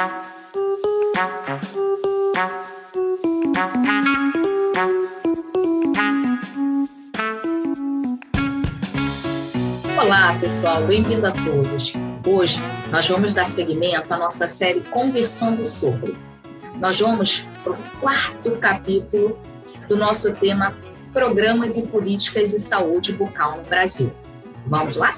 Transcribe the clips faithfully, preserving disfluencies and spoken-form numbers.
Olá, pessoal, bem-vindo a todos. Hoje nós vamos dar seguimento à nossa série Conversando Sobre. Nós vamos para o quarto capítulo do nosso tema Programas e Políticas de Saúde Bucal no Brasil. Vamos lá?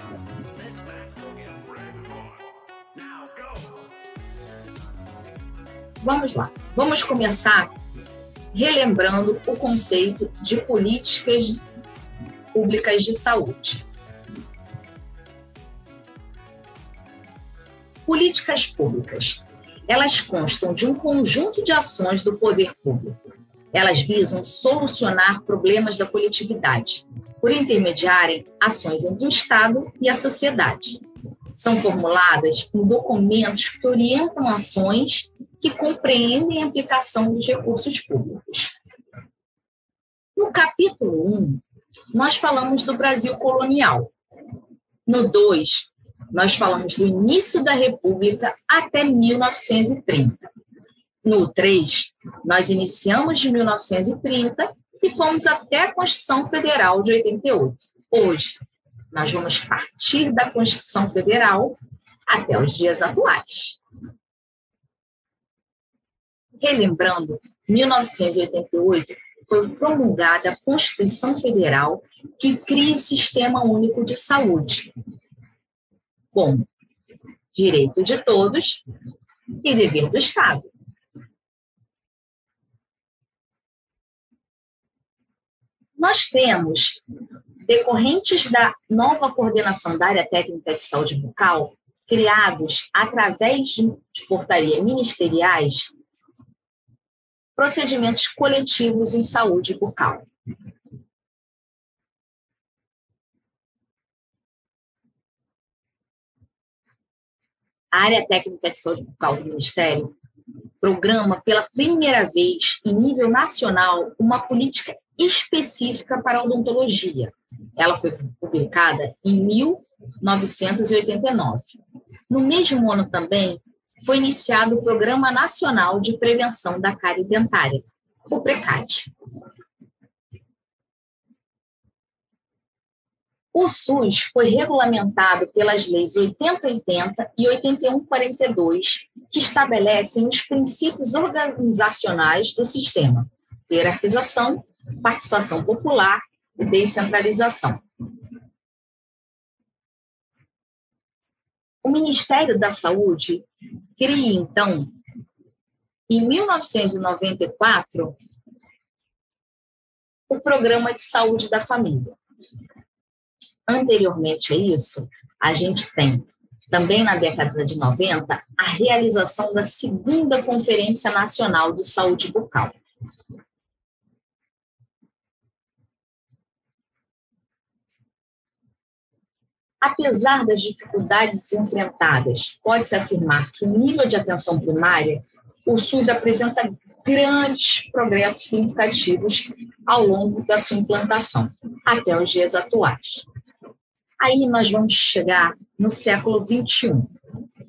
Vamos lá. Vamos começar relembrando o conceito de políticas públicas de saúde. Políticas públicas. Elas constam de um conjunto de ações do poder público. Elas visam solucionar problemas da coletividade, por intermediarem ações entre o Estado e a sociedade. São formuladas em documentos que orientam ações que compreendem a aplicação dos recursos públicos. No capítulo um, nós falamos do Brasil colonial. No dois, nós falamos do início da República até mil novecentos e trinta. No três, nós iniciamos de mil novecentos e trinta e fomos até a Constituição Federal de oitenta e oito. Hoje, nós vamos partir da Constituição Federal até os dias atuais. Relembrando, mil novecentos e oitenta e oito foi promulgada a Constituição Federal que cria o Sistema Único de Saúde, com direito de todos e dever do Estado. Nós temos, decorrentes da nova coordenação da área técnica de saúde bucal, criados através de portaria ministeriais, procedimentos coletivos em saúde bucal. A área técnica de saúde bucal do Ministério programa pela primeira vez, em nível nacional, uma política específica para a odontologia. Ela foi publicada em mil novecentos e oitenta e nove. No mesmo ano também, foi iniciado o Programa Nacional de Prevenção da Cárie Dentária, o PRECADE. O SUS foi regulamentado pelas leis oitenta e oitenta e oitenta e um quarenta e dois, que estabelecem os princípios organizacionais do sistema: hierarquização, participação popular e descentralização. O Ministério da Saúde cria, então, em mil novecentos e noventa e quatro, o Programa de Saúde da Família. Anteriormente a isso, a gente tem, também na década de noventa, a realização da segunda Conferência Nacional de Saúde Bucal. Apesar das dificuldades enfrentadas, pode-se afirmar que, no nível de atenção primária, o SUS apresenta grandes progressos significativos ao longo da sua implantação, até os dias atuais. Aí nós vamos chegar no século vinte e um.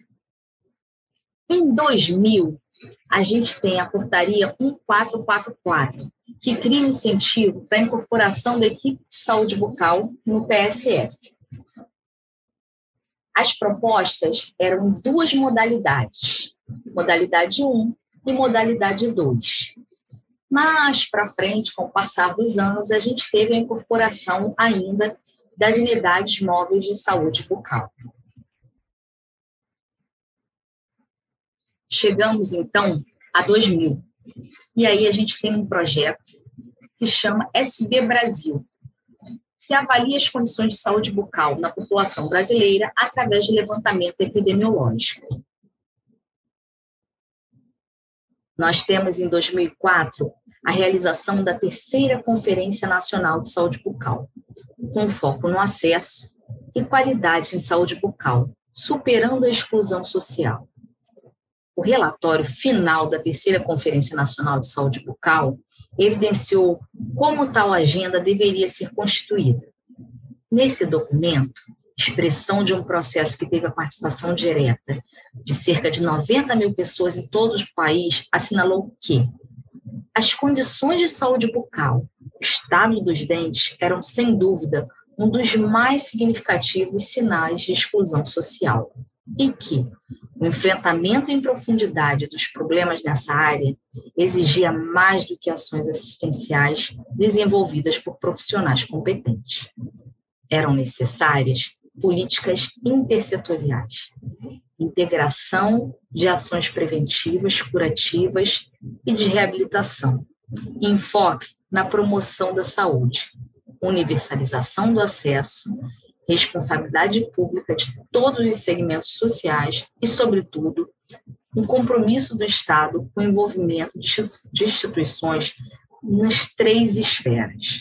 Em dois mil, a gente tem a portaria um mil quatrocentos e quarenta e quatro, que cria um incentivo para a incorporação da equipe de saúde bucal no P S F. As propostas eram em duas modalidades, modalidade um e modalidade dois. Mas, para frente, com o passar dos anos, a gente teve a incorporação ainda das unidades móveis de saúde bucal. Chegamos, então, a dois mil. E aí a gente tem um projeto que chama S B Brasil, que avalia as condições de saúde bucal na população brasileira através de levantamento epidemiológico. Nós temos, em dois mil e quatro, a realização da terceira Conferência Nacional de Saúde Bucal, com foco no acesso e qualidade em saúde bucal, superando a exclusão social. O relatório final da terceira Conferência Nacional de Saúde Bucal evidenciou como tal agenda deveria ser constituída. Nesse documento, expressão de um processo que teve a participação direta de cerca de noventa mil pessoas em todo o país, assinalou que as condições de saúde bucal, o estado dos dentes, eram, sem dúvida, um dos mais significativos sinais de exclusão social, e que o enfrentamento em profundidade dos problemas nessa área exigia mais do que ações assistenciais desenvolvidas por profissionais competentes. Eram necessárias políticas intersetoriais, integração de ações preventivas, curativas e de reabilitação, enfoque na promoção da saúde, universalização do acesso, responsabilidade pública de todos os segmentos sociais e, sobretudo, um compromisso do Estado com o envolvimento de instituições nas três esferas.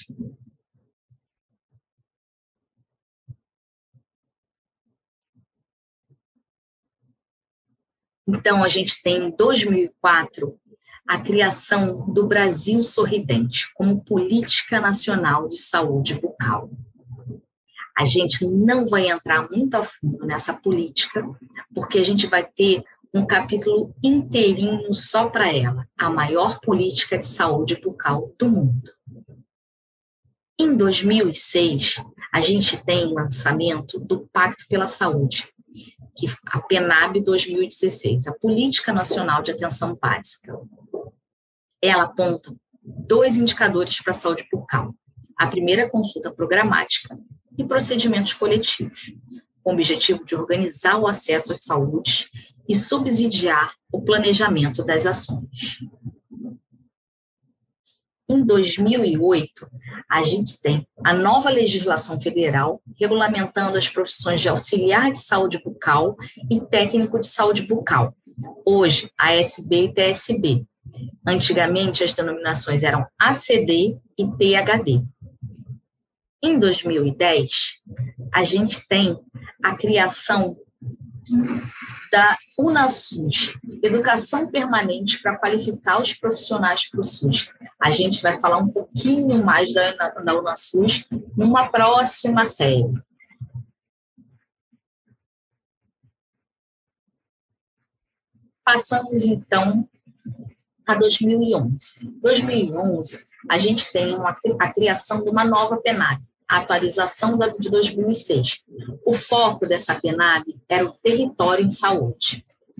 Então, a gente tem, em dois mil e quatro, a criação do Brasil Sorridente como política nacional de saúde bucal. A gente não vai entrar muito a fundo nessa política, porque a gente vai ter um capítulo inteirinho só para ela, a maior política de saúde bucal do mundo. Em dois mil e seis, a gente tem o lançamento do Pacto pela Saúde, que a PENAB dois mil e dezesseis, a Política Nacional de Atenção Básica. Ela aponta dois indicadores para a saúde bucal. A primeira é a consulta programática e procedimentos coletivos, com o objetivo de organizar o acesso à saúde e subsidiar o planejamento das ações. Em dois mil e oito, a gente tem a nova legislação federal regulamentando as profissões de auxiliar de saúde bucal e técnico de saúde bucal, hoje A S B e T S B. Antigamente, as denominações eram A C D e T H D. Em dois mil e dez, a gente tem a criação da UNASUS, Educação Permanente para qualificar os profissionais para o SUS. A gente vai falar um pouquinho mais da, da UNASUS numa próxima série. Passamos, então, a dois mil e onze. Em dois mil e onze, a gente tem uma, a criação de uma nova PENAB, a atualização da de dois mil e seis. O foco dessa PENAB era o território em saúde.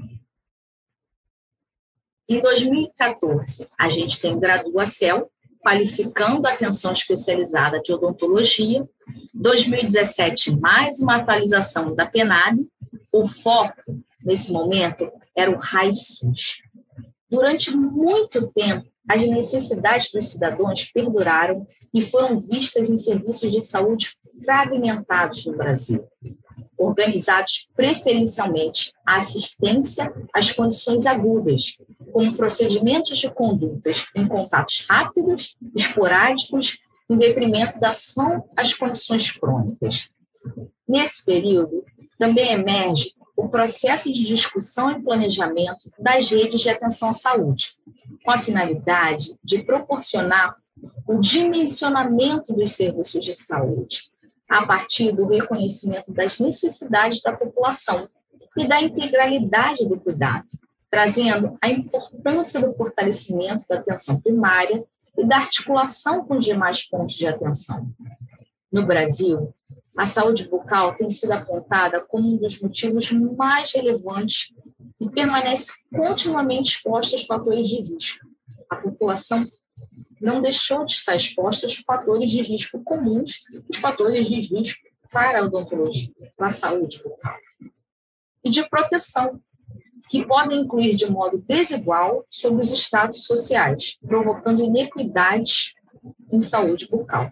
Em dois mil e quatorze, a gente tem o Graduacel, qualificando a atenção especializada de odontologia. dois mil e dezessete, mais uma atualização da PENAB. O foco, nesse momento, era o RAISUS. Durante muito tempo, as necessidades dos cidadãos perduraram e foram vistas em serviços de saúde fragmentados no Brasil, organizados preferencialmente à assistência às condições agudas, como procedimentos de condutas em contatos rápidos, esporádicos, em detrimento da ação às condições crônicas. Nesse período, também emerge o processo de discussão e planejamento das redes de atenção à saúde, com a finalidade de proporcionar o dimensionamento dos serviços de saúde, a partir do reconhecimento das necessidades da população e da integralidade do cuidado, trazendo a importância do fortalecimento da atenção primária e da articulação com os demais pontos de atenção. No Brasil, a saúde bucal tem sido apontada como um dos motivos mais relevantes e permanece continuamente exposta aos fatores de risco. A população não deixou de estar exposta aos fatores de risco comuns, os fatores de risco para a odontologia, para a saúde bucal. E de proteção, que podem incluir de modo desigual sobre os estratos sociais, provocando inequidades em saúde bucal.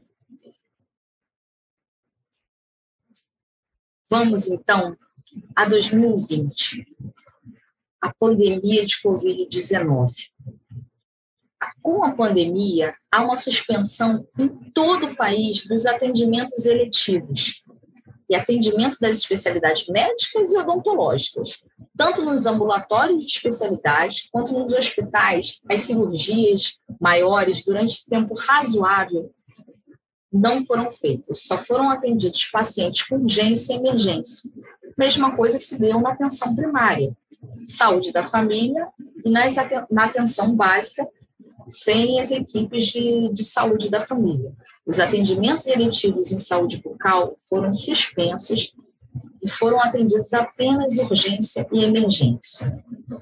Vamos, então, a dois mil e vinte, a pandemia de covid dezenove. Com a pandemia, há uma suspensão em todo o país dos atendimentos eletivos e atendimento das especialidades médicas e odontológicas, tanto nos ambulatórios de especialidade quanto nos hospitais. As cirurgias maiores, durante tempo razoável, não foram feitas, só foram atendidos pacientes com urgência e emergência. Mesma coisa se deu na atenção primária, saúde da família e nas, na atenção básica, sem as equipes de, de saúde da família. Os atendimentos eletivos em saúde bucal foram suspensos e foram atendidos apenas urgência e emergência.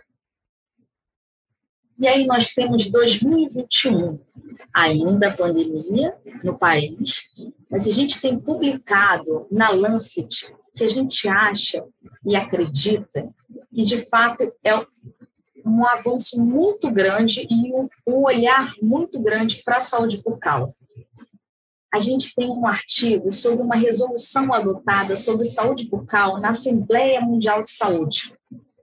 E aí nós temos dois mil e vinte e um, ainda a pandemia no país, mas a gente tem publicado na Lancet que a gente acha e acredita que, de fato, é um avanço muito grande e um, um olhar muito grande para a saúde bucal. A gente tem um artigo sobre uma resolução adotada sobre saúde bucal na Assembleia Mundial de Saúde,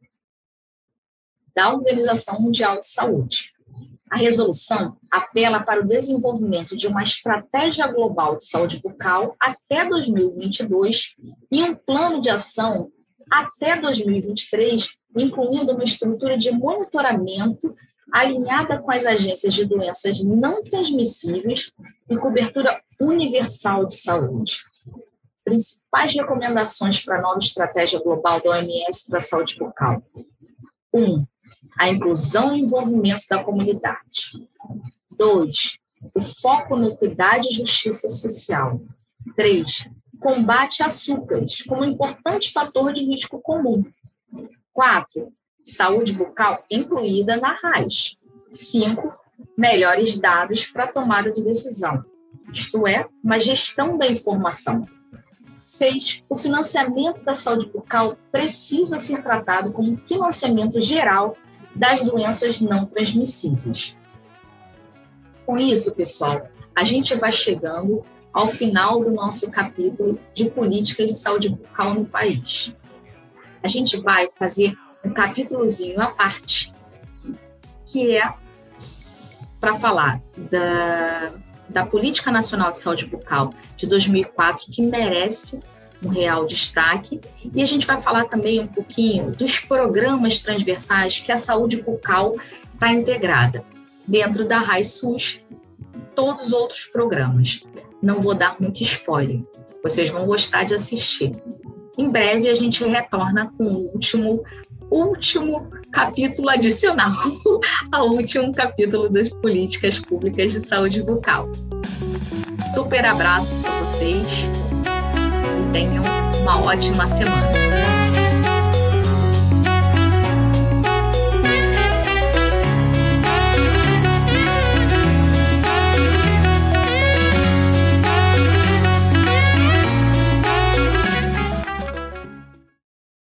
da Organização Mundial de Saúde. A resolução apela para o desenvolvimento de uma estratégia global de saúde bucal até dois mil e vinte e dois e um plano de ação até dois mil e vinte e três, incluindo uma estrutura de monitoramento alinhada com as agências de doenças não transmissíveis e cobertura universal de saúde. Principais recomendações para a nova estratégia global da O M S para a saúde bucal. Um, a inclusão e envolvimento da comunidade. Dois, o foco na equidade e justiça social. Três, combate a açúcares como importante fator de risco comum. Quatro, saúde bucal incluída na R A S. Cinco, melhores dados para a tomada de decisão, isto é, uma gestão da informação. Seis, o financiamento da saúde bucal precisa ser tratado como um financiamento geral das doenças não transmissíveis. Com isso, pessoal, a gente vai chegando ao final do nosso capítulo de políticas de saúde bucal no país. A gente vai fazer um capítulozinho à parte, que é para falar da, da Política Nacional de Saúde Bucal de dois mil e quatro, que merece um real destaque, e a gente vai falar também um pouquinho dos programas transversais que a saúde bucal está integrada dentro da R A S SUS, todos os outros programas. Não vou dar muito spoiler, vocês vão gostar de assistir. Em breve a gente retorna com o último, último capítulo adicional ao último capítulo das políticas públicas de saúde bucal. Super abraço para vocês. Tenham uma ótima semana.